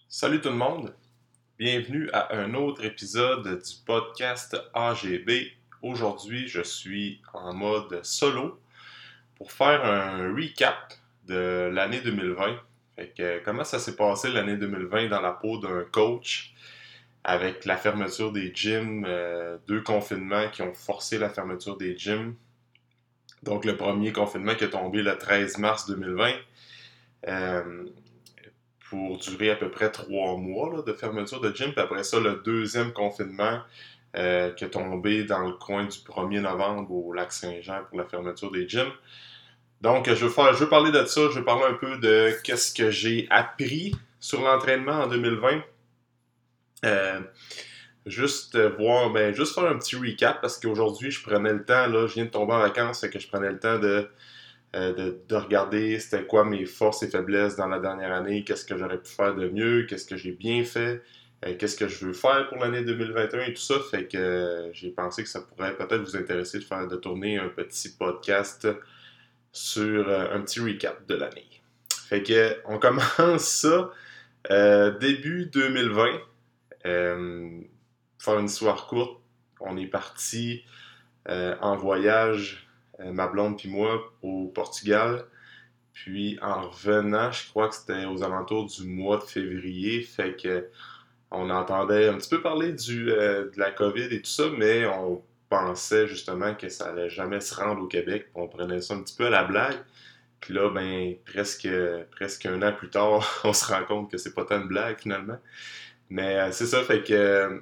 Salut tout le monde, bienvenue à un autre épisode du podcast AGB. Aujourd'hui, je suis en mode solo pour faire un recap de l'année 2020. Comment ça s'est passé l'année 2020 dans la peau d'un coach avec la fermeture des gyms, deux confinements qui ont forcé la fermeture des gyms. Donc le premier confinement qui est tombé le 13 mars 2020. Pour durer à peu près 3 mois là, de fermeture de gym. Puis après ça, le deuxième confinement qui est tombé dans le coin du 1er novembre au Lac-Saint-Jean pour la fermeture des gyms. Donc, je veux parler de ça. Je veux parler un peu de qu'est-ce que j'ai appris sur l'entraînement en 2020. Juste faire un petit recap parce qu'aujourd'hui, je prenais le temps, là, je viens de tomber en vacances, fait que je prenais le temps de regarder c'était quoi mes forces et faiblesses dans la dernière année, qu'est-ce que j'aurais pu faire de mieux, qu'est-ce que j'ai bien fait, qu'est-ce que je veux faire pour l'année 2021 et tout ça. Fait que j'ai pensé que ça pourrait peut-être vous intéresser de tourner un petit podcast sur un petit recap de l'année. Fait que on commence ça début 2020. Pour faire une histoire courte, on est parti en voyage, ma blonde puis moi, au Portugal. Puis en revenant, je crois que c'était aux alentours du mois de février. Fait que on entendait un petit peu parler de la COVID et tout ça, mais on pensait justement que ça allait jamais se rendre au Québec. Puis on prenait ça un petit peu à la blague. Puis là, ben, presque un an plus tard, on se rend compte que c'est pas tant une blague finalement. Mais c'est ça, fait que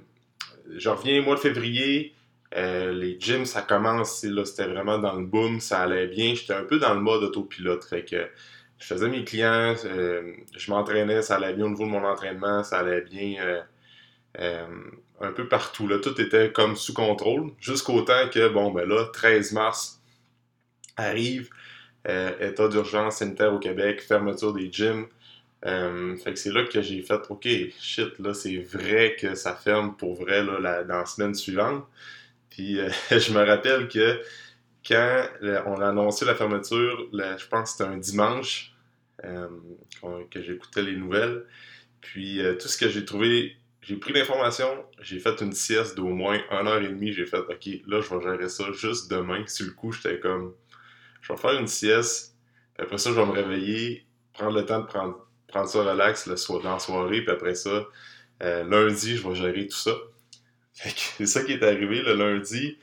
je reviens au mois de février. Les gyms, ça commence, là, c'était vraiment dans le boom, ça allait bien. J'étais un peu dans le mode autopilote. Fait que je faisais mes clients, je m'entraînais, ça allait bien au niveau de mon entraînement, ça allait bien euh, un peu partout. Là. Tout était comme sous contrôle. Jusqu'au temps que, bon, ben là, 13 mars arrive, état d'urgence sanitaire au Québec, fermeture des gyms. Fait que c'est là que j'ai fait, OK, shit, là, c'est vrai que ça ferme pour vrai là, dans la semaine suivante. Puis je me rappelle que quand on a annoncé la fermeture, je pense que c'était un dimanche euh, que j'écoutais les nouvelles. Puis tout ce que j'ai trouvé, j'ai pris l'information, j'ai fait une sieste d'au moins 1 heure et demie. J'ai fait, OK, là, je vais gérer ça juste demain. Sur le coup, j'étais comme, je vais faire une sieste. Après ça, je vais me réveiller, prendre le temps de prendre ça relax dans la soirée. Puis après ça, lundi, je vais gérer tout ça. Fait que c'est ça qui est arrivé le lundi.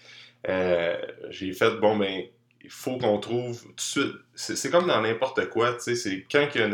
J'ai fait, bon, ben, il faut qu'on trouve tout de suite. C'est comme dans n'importe quoi, tu sais, c'est quand il y a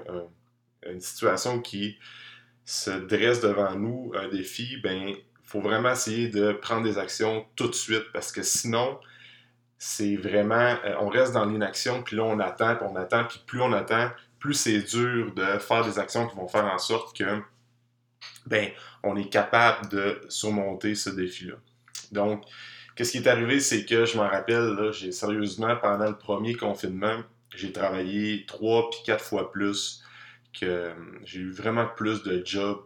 une situation qui se dresse devant nous, un défi, ben, il faut vraiment essayer de prendre des actions tout de suite parce que sinon, c'est vraiment, on reste dans l'inaction, puis là, on attend, puis plus on attend, plus c'est dur de faire des actions qui vont faire en sorte que, ben, on est capable de surmonter ce défi-là. Donc, qu'est-ce qui est arrivé, c'est que je m'en rappelle, là, j'ai sérieusement, pendant le premier confinement, j'ai travaillé 3 puis 4 fois plus que j'ai eu vraiment plus de jobs,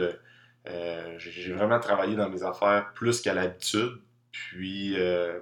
j'ai vraiment travaillé dans mes affaires plus qu'à l'habitude. Puis,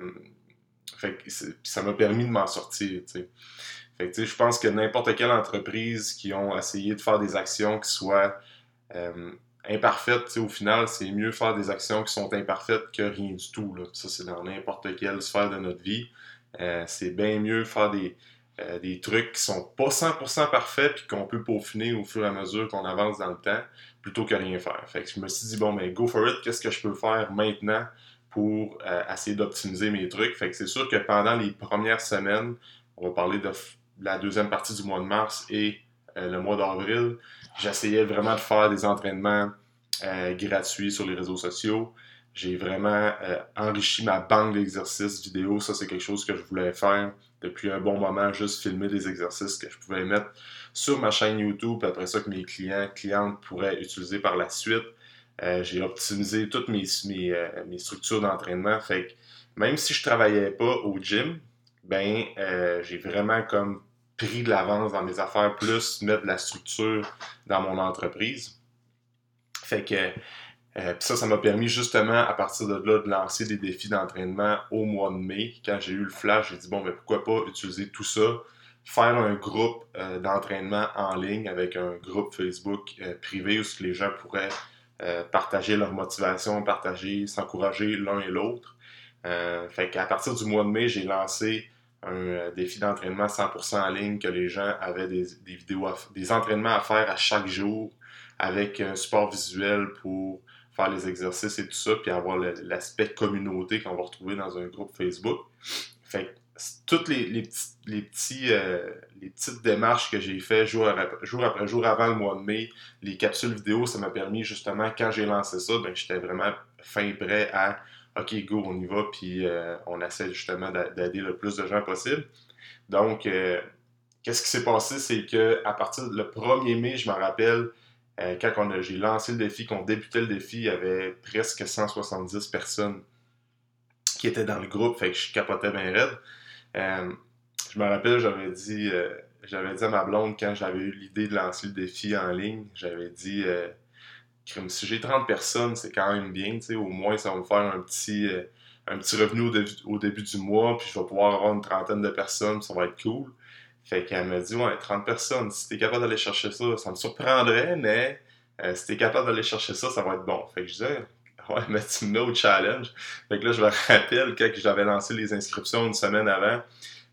ça m'a permis de m'en sortir, tu sais. Fait que, tu sais, je pense que n'importe quelle entreprise qui ont essayé de faire des actions qui soient euh, imparfaites, tu sais, au final, c'est mieux faire des actions qui sont imparfaites que rien du tout, là. Ça, c'est dans n'importe quelle sphère de notre vie. C'est bien mieux faire des trucs qui sont pas 100% parfaits puis qu'on peut peaufiner au fur et à mesure qu'on avance dans le temps plutôt que rien faire. Fait que je me suis dit, bon, ben, go for it, qu'est-ce que je peux faire maintenant pour essayer d'optimiser mes trucs. Fait que c'est sûr que pendant les premières semaines, on va parler de la deuxième partie du mois de mars et le mois d'avril, j'essayais vraiment de faire des entraînements gratuits sur les réseaux sociaux. J'ai vraiment enrichi ma banque d'exercices vidéo. Ça, c'est quelque chose que je voulais faire depuis un bon moment, juste filmer des exercices que je pouvais mettre sur ma chaîne YouTube, après ça que mes clientes pourraient utiliser par la suite. J'ai optimisé toutes mes structures d'entraînement. Fait que même si je travaillais pas au gym, ben j'ai vraiment comme pris de l'avance dans mes affaires, plus mettre de la structure dans mon entreprise. Fait que ça m'a permis justement à partir de là de lancer des défis d'entraînement au mois de mai. Quand j'ai eu le flash, j'ai dit bon, ben pourquoi pas utiliser tout ça, faire un groupe d'entraînement en ligne avec un groupe Facebook privé où les gens pourraient partager leur motivation, partager, s'encourager l'un et l'autre. Fait qu'à partir du mois de mai, j'ai lancé un défi d'entraînement 100% en ligne que les gens avaient des vidéos, des entraînements à faire à chaque jour avec un support visuel pour faire les exercices et tout ça, puis avoir l'aspect communauté qu'on va retrouver dans un groupe Facebook. Fait que toutes les petites démarches que j'ai fait jour après jour avant le mois de mai, les capsules vidéo, ça m'a permis justement, quand j'ai lancé ça, ben, j'étais vraiment fin prêt à OK, go, on y va, puis on essaie justement d'aider le plus de gens possible. Donc, qu'est-ce qui s'est passé, c'est que à partir du 1er mai, je me rappelle, quand j'ai lancé le défi, qu'on débutait le défi, il y avait presque 170 personnes qui étaient dans le groupe, fait que je capotais bien raide. Euh, je me rappelle, j'avais dit à ma blonde quand j'avais eu l'idée de lancer le défi en ligne, j'avais dit, si j'ai 30 personnes, c'est quand même bien, tu sais, au moins ça va me faire un petit revenu au début du mois, puis je vais pouvoir avoir une trentaine de personnes, ça va être cool. Fait qu'elle m'a dit, ouais, 30 personnes, si t'es capable d'aller chercher ça, ça me surprendrait, mais si t'es capable d'aller chercher ça, ça va être bon. Fait que je disais, ouais, mais tu me mets au challenge. Fait que là, je me rappelle, quand j'avais lancé les inscriptions une semaine avant,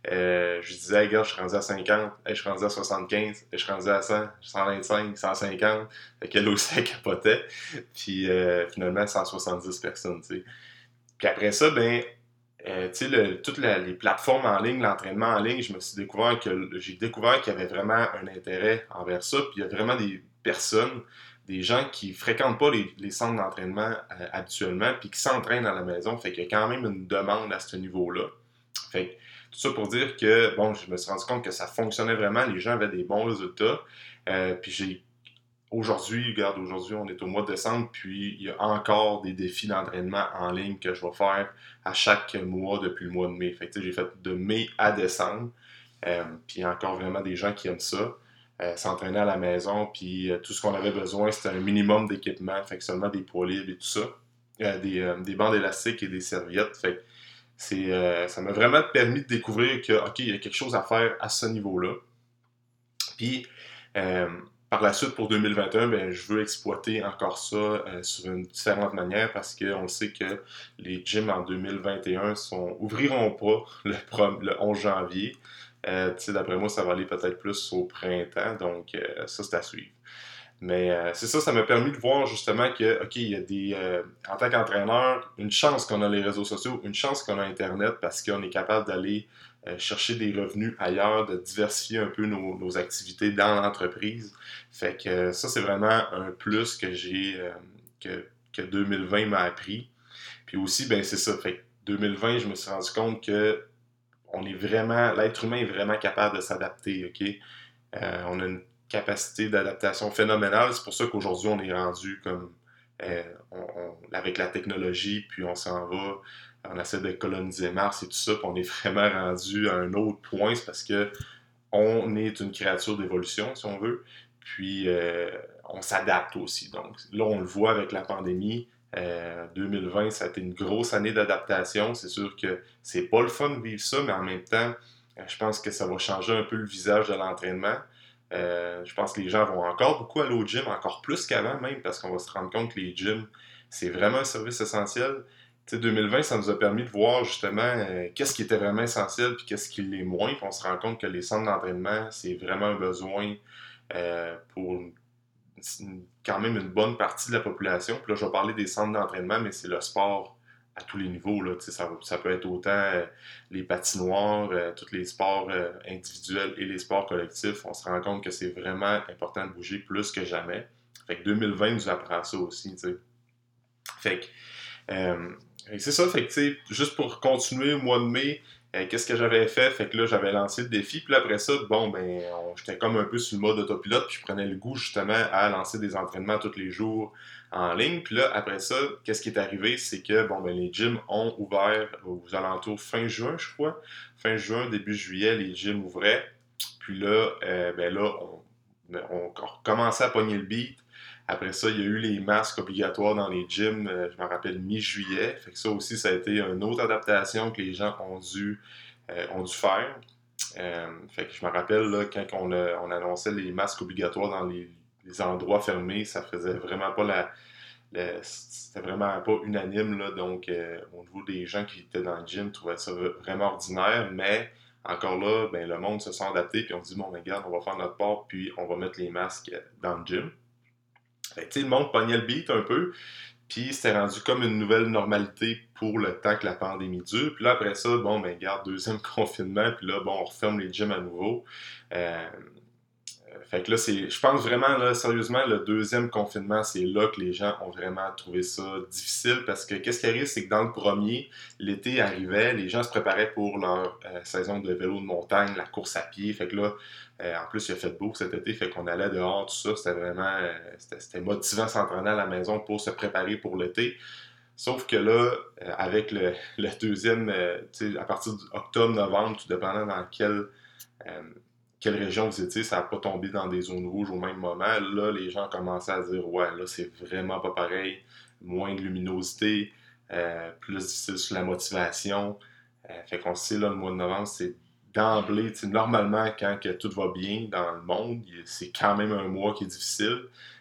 je disais, hey, gars, je suis rendu à 50, hey, je suis rendu à 75, je suis rendu à 100, 125, 150. Fait qu'elle aussi, elle capotait. Puis finalement, 170 personnes, tu sais. Puis après ça, ben, tu sais, toutes les plateformes en ligne, l'entraînement en ligne, j'ai découvert qu'il y avait vraiment un intérêt envers ça. Puis il y a vraiment des personnes, des gens qui fréquentent pas les centres d'entraînement habituellement, puis qui s'entraînent à la maison. Fait qu'il y a quand même une demande à ce niveau-là. Fait que, tout ça pour dire que, bon, je me suis rendu compte que ça fonctionnait vraiment, les gens avaient des bons résultats. Puis aujourd'hui, on est au mois de décembre, puis il y a encore des défis d'entraînement en ligne que je vais faire à chaque mois depuis le mois de mai. Fait que, j'ai fait de mai à décembre, puis il y a encore vraiment des gens qui aiment ça. S'entraîner à la maison, puis tout ce qu'on avait besoin, c'était un minimum d'équipement, fait que seulement des poids libres et tout ça, des bandes élastiques et des serviettes. Fait que ça m'a vraiment permis de découvrir que, OK, il y a quelque chose à faire à ce niveau-là. Puis, euh, par la suite, pour 2021, ben, je veux exploiter encore ça sur une différente manière parce qu'on sait que les gyms en 2021 ouvriront pas le 11 janvier. D'après moi, ça va aller peut-être plus au printemps, donc ça, c'est à suivre. Mais c'est ça, ça m'a permis de voir justement que, OK, il y a en tant qu'entraîneur, une chance qu'on a les réseaux sociaux, une chance qu'on a Internet parce qu'on est capable d'aller chercher des revenus ailleurs, de diversifier un peu nos activités dans l'entreprise. Fait que ça, c'est vraiment un plus que 2020 m'a appris. Puis aussi, ben c'est ça. Fait que 2020, je me suis rendu compte que l'être humain est vraiment capable de s'adapter, OK? On a une capacité d'adaptation phénoménale. C'est pour ça qu'aujourd'hui, on est rendu comme avec la technologie, puis on s'en va, on essaie de coloniser Mars et tout ça, puis on est vraiment rendu à un autre point. C'est parce que on est une créature d'évolution, si on veut, puis on s'adapte aussi. Donc là, on le voit avec la pandémie. 2020, ça a été une grosse année d'adaptation. C'est sûr que c'est pas le fun de vivre ça, mais en même temps, je pense que ça va changer un peu le visage de l'entraînement. Je pense que les gens vont encore beaucoup aller au gym, encore plus qu'avant même, parce qu'on va se rendre compte que les gyms, c'est vraiment un service essentiel. Tu sais, 2020, ça nous a permis de voir justement qu'est-ce qui était vraiment essentiel puis qu'est-ce qui l'est moins. Puis on se rend compte que les centres d'entraînement, c'est vraiment un besoin pour quand même une bonne partie de la population. Puis là, je vais parler des centres d'entraînement, mais c'est le sport à tous les niveaux. Là. Ça peut être autant les patinoires, tous les sports individuels et les sports collectifs. On se rend compte que c'est vraiment important de bouger plus que jamais. Fait que 2020 nous apprend ça aussi. T'sais. Fait que c'est ça, fait que, tu sais, juste pour continuer au mois de mai, qu'est-ce que j'avais fait? Fait que là, j'avais lancé le défi, puis là, après ça, bon, ben, j'étais comme un peu sur le mode autopilote, puis je prenais le goût, justement, à lancer des entraînements tous les jours en ligne. Puis là, après ça, qu'est-ce qui est arrivé? C'est que, bon, ben, les gyms ont ouvert aux alentours fin juin, je crois. Fin juin, début juillet, les gyms ouvraient. Puis là, ben là, on commençait à pogner le beat. Après ça, il y a eu les masques obligatoires dans les gyms, je me rappelle mi-juillet. Fait que ça aussi, ça a été une autre adaptation que les gens ont dû faire. Fait que je me rappelle là, quand on annonçait les masques obligatoires dans les endroits fermés, ça faisait vraiment pas c'était vraiment pas unanime là, donc au niveau des gens qui étaient dans le gym, trouvaient ça vraiment ordinaire, mais encore là, ben, le monde se sont adaptés puis on se dit bon ben regarde, on va faire notre part puis on va mettre les masques dans le gym. Fait que, tu sais, le monde pognait le beat un peu, puis c'était rendu comme une nouvelle normalité pour le temps que la pandémie dure. Puis là, après ça, bon, ben, garde, deuxième confinement, puis là, bon, on referme les gyms à nouveau. Euh, Fait que là, je pense vraiment, là, sérieusement, le deuxième confinement, c'est là que les gens ont vraiment trouvé ça difficile parce que qu'est-ce qui arrive, c'est que dans le premier, l'été arrivait, les gens se préparaient pour leur saison de vélo de montagne, la course à pied. Fait que là, en plus, il a fait beau cet été, fait qu'on allait dehors, tout ça. C'était vraiment, c'était motivant s'entraîner à la maison pour se préparer pour l'été. Sauf que là, avec le deuxième, tu sais, à partir d'octobre, novembre, tout dépendant dans euh, quelle région vous étiez, ça n'a pas tombé dans des zones rouges au même moment. Là, les gens commençaient à dire ouais, là, c'est vraiment pas pareil, moins de luminosité, plus difficile sur la motivation. Fait qu'on sait, là, le mois de novembre, c'est d'emblée, normalement, quand que tout va bien dans le monde, c'est quand même un mois qui est difficile.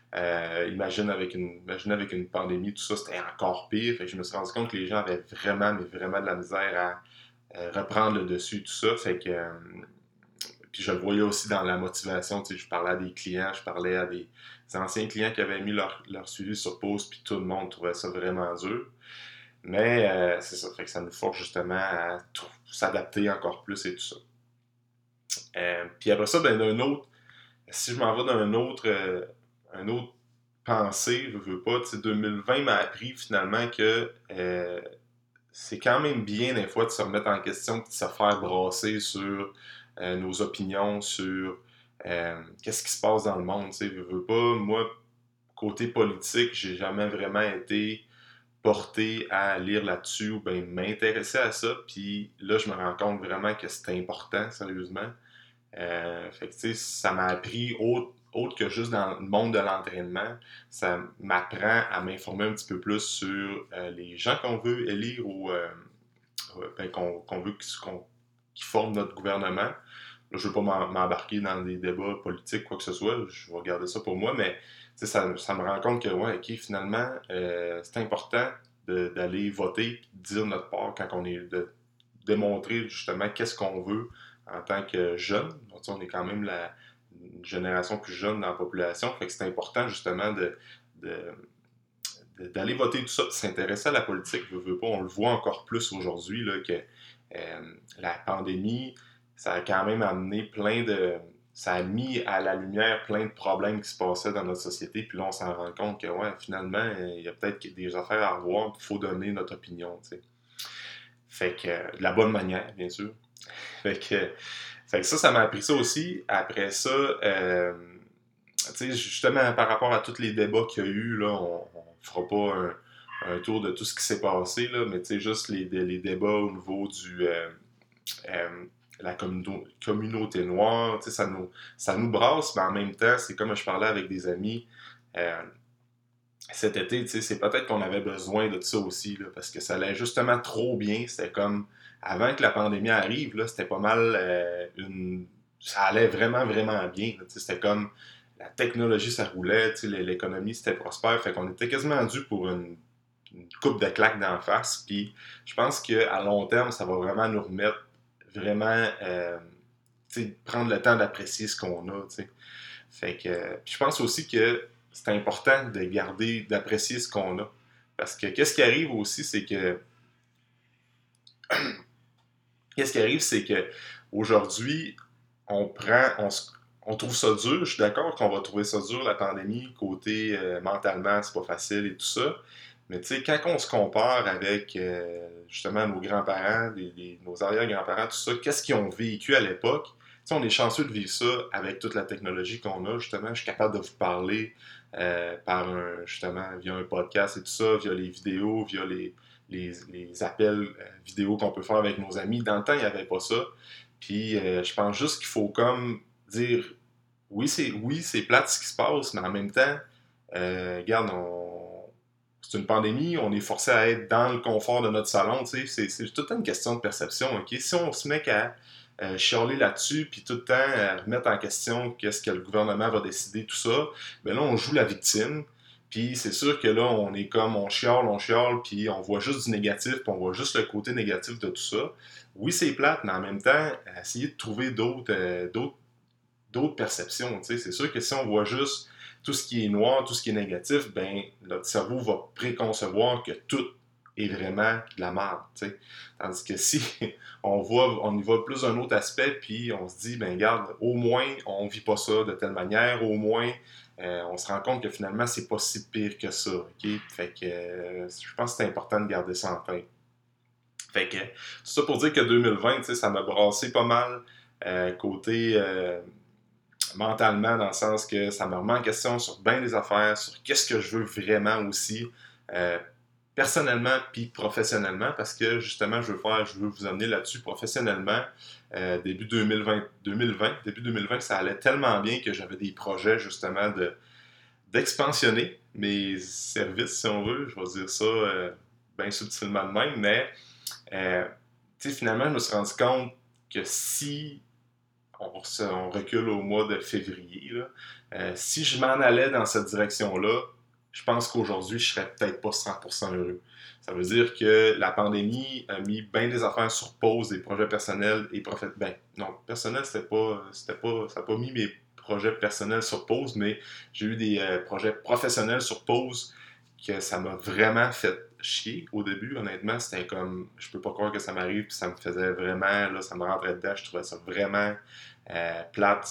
Imagine avec une pandémie, tout ça, c'était encore pire. Fait que je me suis rendu compte que les gens avaient vraiment, mais vraiment de la misère à reprendre le dessus, tout ça. Fait que puis je le voyais aussi dans la motivation. Tu sais, je parlais à des clients, je parlais à des anciens clients qui avaient mis leur suivi sur pause, puis tout le monde trouvait ça vraiment dur. Mais c'est ça, fait que ça nous force justement à s'adapter encore plus et tout ça. Puis après ça, ben, si je m'en vais un autre pensée, je veux pas, tu sais, 2020 m'a appris finalement que c'est quand même bien des fois de se remettre en question, de se faire brasser sur nos opinions, sur qu'est-ce qui se passe dans le monde. Tu sais, je veux pas, moi, côté politique, j'ai jamais vraiment été porté à lire là-dessus ou bien m'intéresser à ça. Puis là, je me rends compte vraiment que c'est important, sérieusement. Fait que, tu sais, ça m'a appris autre que juste dans le monde de l'entraînement. Ça m'apprend à m'informer un petit peu plus sur les gens qu'on veut élire ou ben, qu'on veut qu'ils forment notre gouvernement. Là, je ne veux pas m'embarquer dans des débats politiques, quoi que ce soit. Je vais regarder ça pour moi, mais ça me rend compte que, ouais, OK, finalement, c'est important d'aller voter, de dire notre part quand on est, de démontrer justement qu'est-ce qu'on veut en tant que jeune. Donc, on est quand même la génération plus jeune dans la population, fait que c'est important justement de d'aller voter tout ça, de s'intéresser à la politique, veux pas, on le voit encore plus aujourd'hui là, que la pandémie, ça a quand même amené ça a mis à la lumière plein de problèmes qui se passaient dans notre société, puis là on s'en rend compte que ouais, finalement, il y a peut-être des affaires à revoir, il faut donner notre opinion, tu sais. Fait que, de la bonne manière, bien sûr. Fait que, fait que ça m'a appris ça aussi. Après ça, tu sais, justement, par rapport à tous les débats qu'il y a eu, là, on fera pas un tour de tout ce qui s'est passé, là, mais tu sais, juste les débats au niveau euh, la communauté noire, tu sais, ça nous brasse, mais en même temps, c'est comme je parlais avec des amis cet été, tu sais, c'est peut-être qu'on avait besoin de ça aussi, là, parce que ça allait justement trop bien. C'était comme, avant que la pandémie arrive, là, c'était pas mal ça allait vraiment, vraiment bien. Là, tu sais, c'était comme, la technologie, ça roulait, tu sais, l'économie, c'était prospère. Fait qu'on était quasiment dû pour une coupe de claques d'en face. Puis je pense qu'à long terme, ça va vraiment nous remettre vraiment, tu sais, prendre le temps d'apprécier ce qu'on a, tu sais. Fait que, puis je pense aussi que c'est important de garder, d'apprécier ce qu'on a. Parce que qu'est-ce qui arrive aussi, c'est que qu'est-ce qui arrive, c'est que aujourd'hui, on prend, on trouve ça dur. Je suis d'accord qu'on va trouver ça dur, la pandémie, côté mentalement, c'est pas facile et tout ça. Mais tu sais, quand on se compare avec justement nos grands-parents, nos arrière-grands-parents, tout ça, qu'est-ce qu'ils ont vécu à l'époque? Tu sais, on est chanceux de vivre ça avec toute la technologie qu'on a. Justement, je suis capable de vous parler justement, via un podcast et tout ça, via les vidéos, via les appels vidéo qu'on peut faire avec nos amis. Dans le temps, il n'y avait pas ça. Puis je pense juste qu'il faut comme dire oui, c'est plate ce qui se passe, mais en même temps, regarde, c'est une pandémie, on est forcé à être dans le confort de notre salon, tu sais, c'est tout une question de perception, ok? Si on se met qu'à chialer là-dessus, puis tout le temps remettre en question qu'est-ce que le gouvernement va décider, tout ça, ben là, on joue la victime. Puis c'est sûr que là, on est comme, on chiale, puis on voit juste du négatif, puis on voit juste le côté négatif de tout ça. Oui, c'est plate, mais en même temps, essayer de trouver d'autres perceptions. Tu sais. C'est sûr que si on voit juste tout ce qui est noir, tout ce qui est négatif, ben notre cerveau va préconcevoir que tout est vraiment de la merde. Tu sais. Tandis que si on y voit plus un autre aspect, puis on se dit, ben regarde, au moins on vit pas ça de telle manière, au moins on se rend compte que finalement c'est pas si pire que ça. Okay? Fait que je pense que c'est important de garder ça en tête. Fait que tout ça pour dire que 2020, tu sais, ça m'a brassé pas mal côté mentalement, dans le sens que ça me remet en question sur bien des affaires, sur qu'est-ce que je veux vraiment aussi, euh, personnellement puis professionnellement, parce que justement, je veux vous amener là-dessus professionnellement. Début 2020, ça allait tellement bien que j'avais des projets justement d'expansionner mes services, si on veut, je vais dire ça bien subtilement de même, mais finalement, je me suis rendu compte que si on recule au mois de février. Là. Si je m'en allais dans cette direction-là, je pense qu'aujourd'hui, je serais peut-être pas 100% heureux. Ça veut dire que la pandémie a mis bien des affaires sur pause, des projets personnels et professionnels. Ben, non, personnel, ça n'a pas mis mes projets personnels sur pause, mais j'ai eu des projets professionnels sur pause que ça m'a vraiment fait chier au début. Honnêtement, c'était comme, je peux pas croire que ça m'arrive, puis ça me faisait vraiment, là, ça me rentrait dedans, je trouvais ça vraiment plate,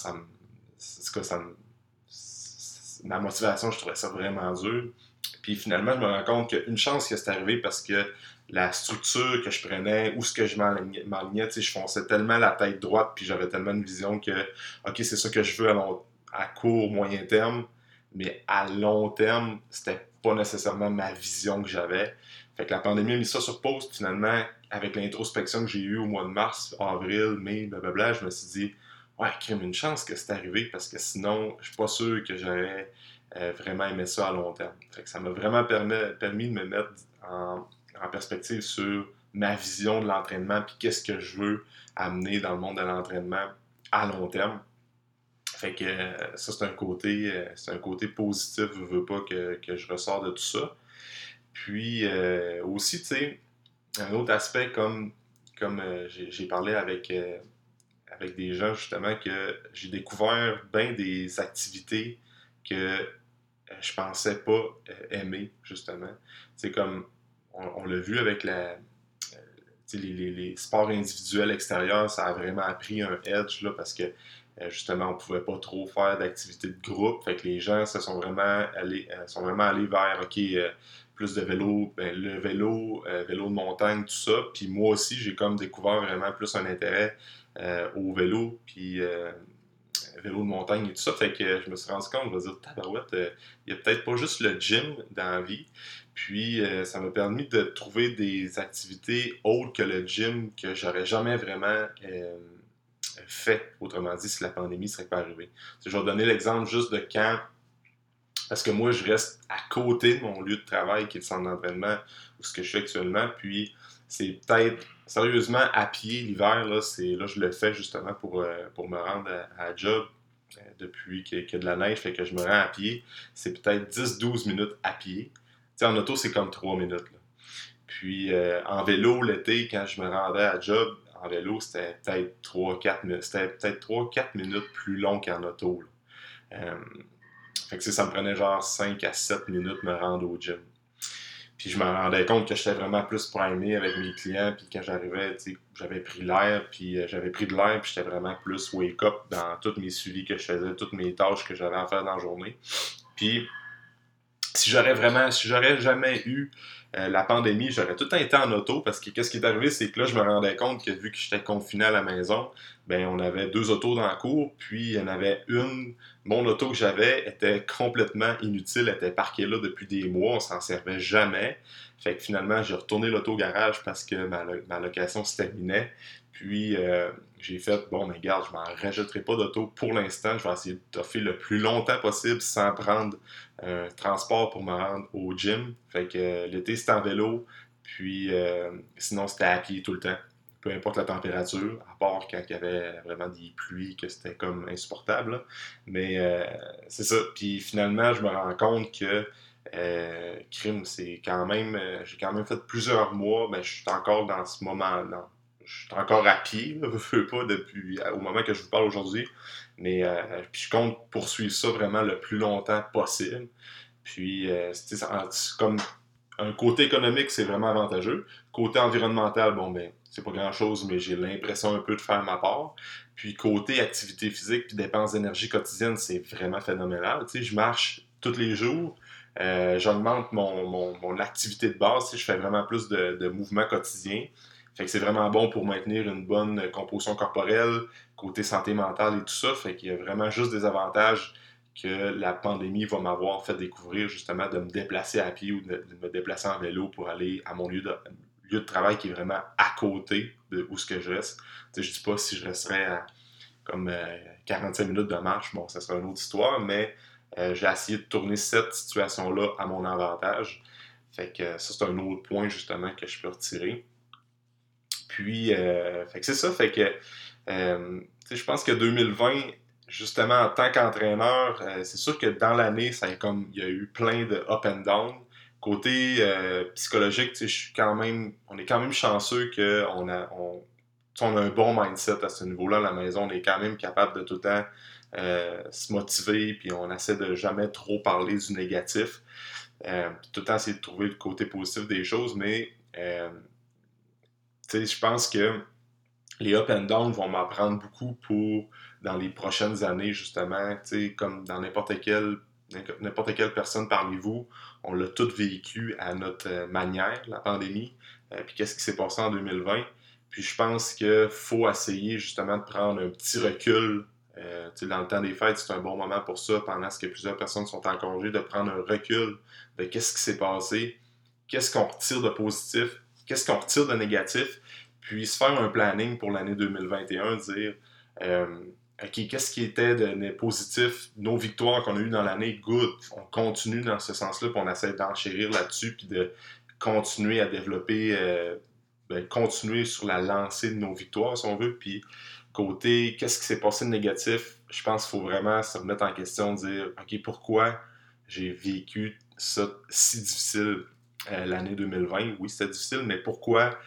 ma motivation, je trouvais ça vraiment dur. Puis finalement, je me rends compte qu'une chance que c'est arrivé parce que la structure que je prenais, où ce que je m'alignais, je fonçais tellement la tête droite, puis j'avais tellement une vision que, ok, c'est ça que je veux à court, moyen terme, mais à long terme, c'était pas nécessairement ma vision que j'avais. Fait que la pandémie a mis ça sur pause, puis finalement, avec l'introspection que j'ai eue au mois de mars, avril, mai, blablabla, je me suis dit, ouais, crime, une chance que c'est arrivé parce que sinon, je suis pas sûr que j'aurais vraiment aimé ça à long terme. Fait que ça m'a vraiment permis de me mettre en perspective sur ma vision de l'entraînement puis qu'est-ce que je veux amener dans le monde de l'entraînement à long terme. Fait que ça, c'est un côté positif, je veux pas que je ressors de tout ça. Puis aussi, tu sais, un autre aspect comme j'ai parlé avec des gens justement que j'ai découvert bien des activités que je pensais pas aimer justement. C'est comme on l'a vu avec les sports individuels extérieurs, ça a vraiment pris un edge là, parce que justement on pouvait pas trop faire d'activités de groupe. Fait que les gens se sont vraiment allés vers ok plus de vélo, ben, le vélo, vélo de montagne, tout ça. Puis moi aussi, j'ai comme découvert vraiment plus un intérêt au vélo, puis vélo de montagne et tout ça. Fait que je me suis rendu compte, je vais dire, tabarouette, il n'y a peut-être pas juste le gym dans la vie. Puis ça m'a permis de trouver des activités autres que le gym que j'aurais jamais vraiment fait, autrement dit, si la pandémie ne serait pas arrivée. Je vais donner l'exemple juste de quand, parce que moi, je reste à côté de mon lieu de travail, qui est le centre d'entraînement, où ce que je suis actuellement, puis c'est peut-être, sérieusement, à pied l'hiver, là, je le fais justement pour me rendre à la job depuis qu'il y a de la neige, fait que je me rends à pied. C'est peut-être 10-12 minutes à pied. Tu sais, en auto, c'est comme 3 minutes. Là. Puis en vélo, l'été, quand je me rendais à la job, en vélo, c'était peut-être 3-4 minutes plus long qu'en auto. Là. Fait que ça me prenait genre 5 à 7 minutes me rendre au gym. Puis je me rendais compte que j'étais vraiment plus primé avec mes clients. Puis quand j'arrivais, j'avais pris l'air, puis j'avais pris de l'air, puis j'étais vraiment plus wake-up dans tous mes suivis que je faisais, toutes mes tâches que j'avais à faire dans la journée. Puis si j'aurais jamais eu la pandémie, j'aurais tout le temps été en auto parce que qu'est-ce qui est arrivé, c'est que là, je me rendais compte que vu que j'étais confiné à la maison, ben on avait 2 autos dans la cour, puis il y en avait mon auto que j'avais était complètement inutile, elle était parquée là depuis des mois, on s'en servait jamais. Fait que finalement, j'ai retourné l'auto au garage parce que ma location se terminait. Puis j'ai fait, bon, mais regarde, je m'en rajouterai pas d'auto pour l'instant, je vais essayer de toffer le plus longtemps possible sans prendre un transport pour me rendre au gym. Fait que l'été, c'était en vélo, puis sinon, c'était à pied tout le temps peu importe la température, à part quand il y avait vraiment des pluies, que c'était comme insupportable. Là. Mais c'est ça. Puis finalement, je me rends compte que crime, c'est quand même. J'ai quand même fait plusieurs mois, mais je suis encore dans ce moment. Je suis encore à pied, là, je veux pas, depuis au moment que je vous parle aujourd'hui. Mais puis je compte poursuivre ça vraiment le plus longtemps possible. Puis, c'est comme un côté économique, c'est vraiment avantageux. Côté environnemental, bon, ben, c'est pas grand-chose, mais j'ai l'impression un peu de faire ma part. Puis, côté activité physique puis dépenses d'énergie quotidienne, c'est vraiment phénoménal. Tu sais, je marche tous les jours. J'augmente mon activité de base. Tu sais, je fais vraiment plus de mouvements quotidiens. Fait que c'est vraiment bon pour maintenir une bonne composition corporelle, côté santé mentale et tout ça. Fait qu'il y a vraiment juste des avantages que la pandémie va m'avoir fait découvrir, justement, de me déplacer à pied ou de me déplacer en vélo pour aller à mon lieu de travail qui est vraiment à côté de où ce que je reste. Tu sais, je dis pas si je resterais à comme 45 minutes de marche, bon, ça serait une autre histoire, mais j'ai essayé de tourner cette situation-là à mon avantage. Fait que ça, c'est un autre point, justement, que je peux retirer. Puis, fait que c'est ça, fait que je pense que 2020, justement, en tant qu'entraîneur, c'est sûr que dans l'année, il y a eu plein de up and down. Côté psychologique, on est quand même chanceux qu'on a un bon mindset à ce niveau-là à la maison. On est quand même capable de tout le temps se motiver, puis on essaie de jamais trop parler du négatif. Puis tout le temps essayer de trouver le côté positif des choses, mais je pense que les up and down vont m'apprendre beaucoup pour dans les prochaines années, justement, comme dans n'importe quelle personne parmi vous, on l'a tout vécu à notre manière, la pandémie. Puis qu'est-ce qui s'est passé en 2020? Puis je pense qu'il faut essayer justement de prendre un petit recul. Dans le temps des fêtes, c'est un bon moment pour ça, pendant ce que plusieurs personnes sont en congé, de prendre un recul de qu'est-ce qui s'est passé, qu'est-ce qu'on retire de positif, qu'est-ce qu'on retire de négatif, puis se faire un planning pour l'année 2021, dire OK, qu'est-ce qui était de positif, nos victoires qu'on a eues dans l'année, good, on continue dans ce sens-là, puis on essaie d'enchérir là-dessus, puis de continuer à développer, continuer sur la lancée de nos victoires, si on veut, puis côté qu'est-ce qui s'est passé de négatif, je pense qu'il faut vraiment se remettre en question, dire OK, pourquoi j'ai vécu ça si difficile l'année 2020? Oui, c'était difficile, mais pourquoi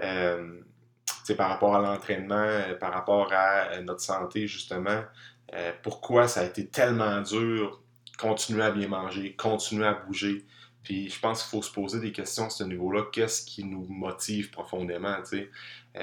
par rapport à l'entraînement, par rapport à notre santé, justement, pourquoi ça a été tellement dur, continuer à bien manger, continuer à bouger. Puis je pense qu'il faut se poser des questions à ce niveau-là. Qu'est-ce qui nous motive profondément, tu sais?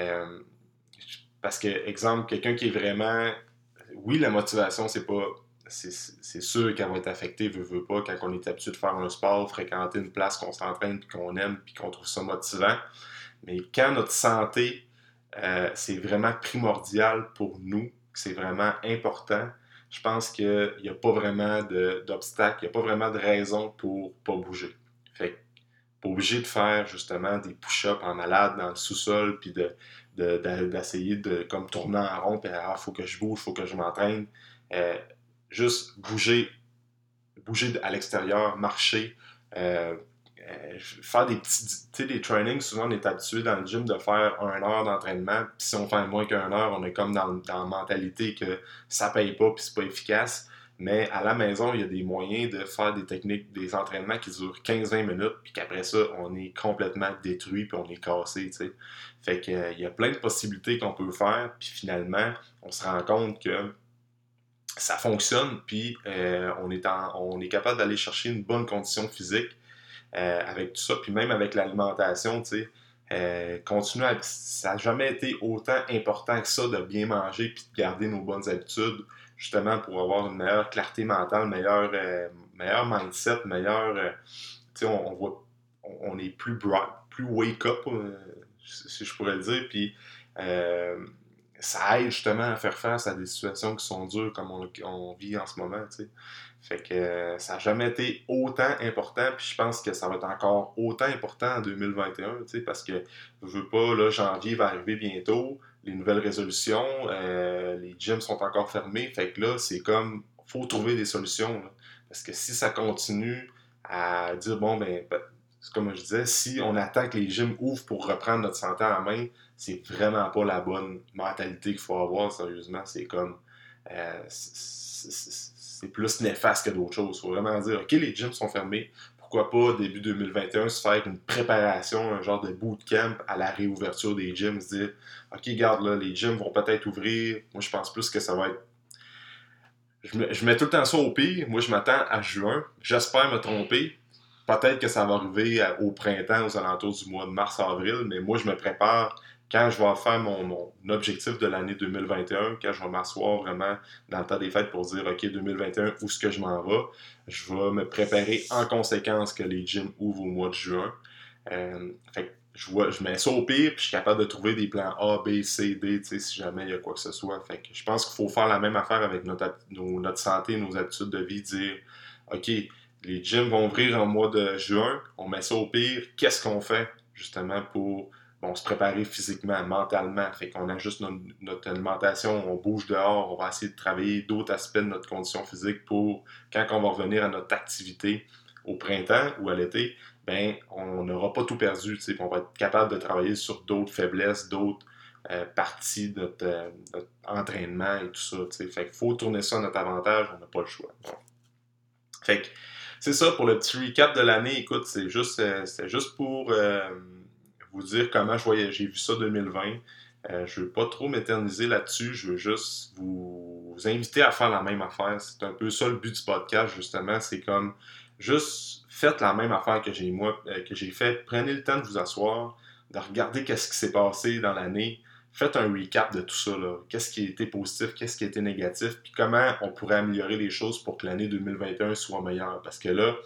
Parce que, exemple, quelqu'un qui est vraiment... Oui, la motivation, c'est pas... C'est sûr qu'elle va être affectée, veut pas, quand on est habitué de faire un sport, fréquenter une place qu'on s'entraîne, puis qu'on aime, puis qu'on trouve ça motivant. Mais quand notre santé, c'est vraiment primordial pour nous, c'est vraiment important, je pense qu'il n'y a pas vraiment d'obstacle, il n'y a pas vraiment de raison pour ne pas bouger. Fait que, pas obligé de faire justement des push-ups en malade dans le sous-sol, puis d'essayer de comme tourner en rond, puis faut que je bouge, faut que je m'entraîne. Euh, Juste bouger à l'extérieur, marcher, faire des petits, tu sais, des trainings, souvent on est habitué dans le gym de faire 1 heure d'entraînement, puis si on fait moins qu'1 heure, on est comme dans la mentalité que ça paye pas, puis c'est pas efficace. Mais à la maison, il y a des moyens de faire des techniques, des entraînements qui durent 15-20 minutes, puis qu'après ça, on est complètement détruit, puis on est cassé, tu sais. Fait que, il y a plein de possibilités qu'on peut faire, puis finalement, on se rend compte que ça fonctionne, puis on est capable d'aller chercher une bonne condition physique avec tout ça, puis même avec l'alimentation, tu sais, ça n'a jamais été autant important que ça de bien manger puis de garder nos bonnes habitudes, justement pour avoir une meilleure clarté mentale, meilleur mindset, tu sais, on voit, on est plus bright, plus wake up, si je pourrais le dire, puis ça aide justement à faire face à des situations qui sont dures comme on vit en ce moment, tu sais. Fait que ça n'a jamais été autant important, puis je pense que ça va être encore autant important en 2021, tu sais, parce que je veux pas, là, janvier va arriver bientôt, les nouvelles résolutions, les gyms sont encore fermés, fait que là, c'est comme, faut trouver des solutions, là. Parce que si ça continue à dire, bon, ben, c'est comme je disais, si on attend que les gyms ouvrent pour reprendre notre santé en main, c'est vraiment pas la bonne mentalité qu'il faut avoir, sérieusement. C'est comme. C'est plus néfaste que d'autres choses. Il faut vraiment dire, OK, les gyms sont fermés. Pourquoi pas, début 2021, se faire une préparation, un genre de bootcamp à la réouverture des gyms. Se dire, OK, regarde, là, les gyms vont peut-être ouvrir. Moi, je pense plus que ça va être. Je mets tout le temps ça au pire. Moi, je m'attends à juin. J'espère me tromper. Peut-être que ça va arriver au printemps, aux alentours du mois de mars-avril, mais moi, je me prépare quand je vais faire mon objectif de l'année 2021, quand je vais m'asseoir vraiment dans le temps des fêtes pour dire, OK, 2021, où est-ce que je m'en vais? Je vais me préparer en conséquence que les gyms ouvrent au mois de juin. Fait que je mets ça au pire, puis je suis capable de trouver des plans A, B, C, D, si jamais il y a quoi que ce soit. Fait que je pense qu'il faut faire la même affaire avec notre santé, nos habitudes de vie, dire, OK, les gyms vont ouvrir en mois de juin, on met ça au pire, qu'est-ce qu'on fait justement pour se préparer physiquement, mentalement? Fait qu'on ajuste notre alimentation, on bouge dehors, on va essayer de travailler d'autres aspects de notre condition physique pour quand on va revenir à notre activité au printemps ou à l'été, ben on n'aura pas tout perdu, on va être capable de travailler sur d'autres faiblesses, d'autres parties de notre entraînement et tout ça. T'sais. Fait qu'il faut tourner ça à notre avantage, on n'a pas le choix. Bon. Fait que c'est ça pour le petit recap de l'année. Écoute, c'était juste pour vous dire comment j'ai vu ça 2020. Je ne veux pas trop m'éterniser là-dessus. Je veux juste vous inviter à faire la même affaire. C'est un peu ça le but du podcast, justement. C'est comme juste faites la même affaire que j'ai fait. Prenez le temps de vous asseoir, de regarder qu'est-ce qui s'est passé dans l'année. Faites un recap de tout ça. Là. Qu'est-ce qui a été positif, qu'est-ce qui a été négatif, puis comment on pourrait améliorer les choses pour que l'année 2021 soit meilleure. Parce que là,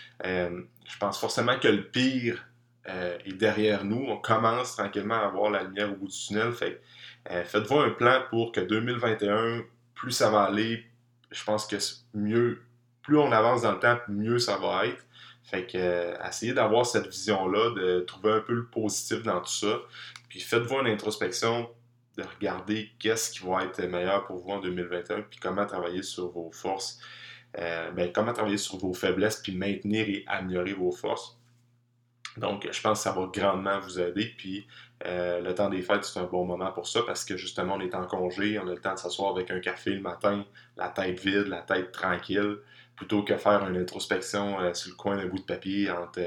je pense forcément que le pire est derrière nous. On commence tranquillement à voir la lumière au bout du tunnel. Fait faites-vous un plan pour que 2021, plus ça va aller, je pense que mieux, plus on avance dans le temps, mieux ça va être. Fait que essayez d'avoir cette vision-là, de trouver un peu le positif dans tout ça. Puis faites-vous une introspection de regarder qu'est-ce qui va être meilleur pour vous en 2021, puis comment travailler sur vos forces, comment travailler sur vos faiblesses, puis maintenir et améliorer vos forces. Donc, je pense que ça va grandement vous aider. Puis, le temps des fêtes, c'est un bon moment pour ça parce que justement, on est en congé, on a le temps de s'asseoir avec un café le matin, la tête vide, la tête tranquille, plutôt que faire une introspection sur le coin d'un bout de papier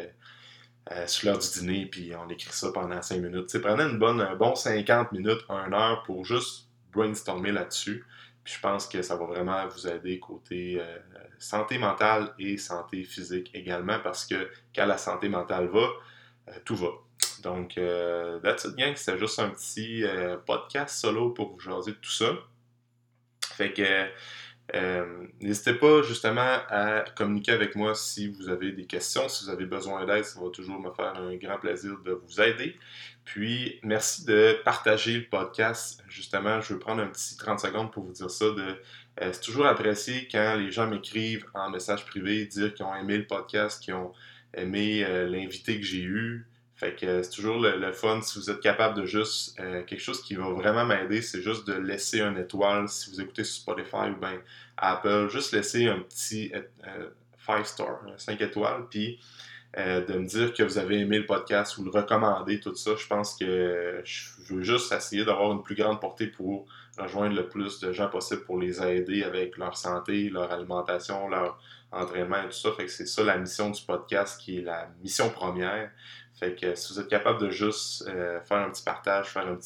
sur l'heure du dîner, puis on écrit ça pendant 5 minutes. T'sais, prenez un bon 50 minutes, 1 heure pour juste brainstormer là-dessus. Puis je pense que ça va vraiment vous aider côté santé mentale et santé physique également, parce que quand la santé mentale va, tout va. Donc, that's it, gang. C'était juste un petit podcast solo pour vous jaser de tout ça. Fait que n'hésitez pas justement à communiquer avec moi si vous avez des questions, si vous avez besoin d'aide, ça va toujours me faire un grand plaisir de vous aider. Puis, merci de partager le podcast. Justement, je veux prendre un petit 30 secondes pour vous dire ça. C'est toujours apprécié quand les gens m'écrivent en message privé, dire qu'ils ont aimé le podcast, qu'ils ont aimé l'invité que j'ai eu. Fait que c'est toujours le fun. Si vous êtes capable de juste quelque chose qui va vraiment m'aider, c'est juste de laisser une étoile. Si vous écoutez sur Spotify ou bien Apple, juste laisser un petit 5 star, 5 étoiles, puis de me dire que vous avez aimé le podcast ou le recommander, tout ça. Je pense que je veux juste essayer d'avoir une plus grande portée pour rejoindre le plus de gens possible pour les aider avec leur santé, leur alimentation, leur entraînement et tout ça. Fait que c'est ça la mission du podcast qui est la mission première. Fait que si vous êtes capable de juste faire un petit partage, faire une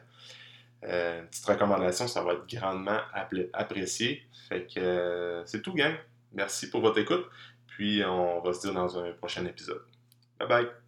petite recommandation, ça va être grandement apprécié. Fait que c'est tout, gang. Merci pour votre écoute. Puis on va se dire dans un prochain épisode. Bye bye!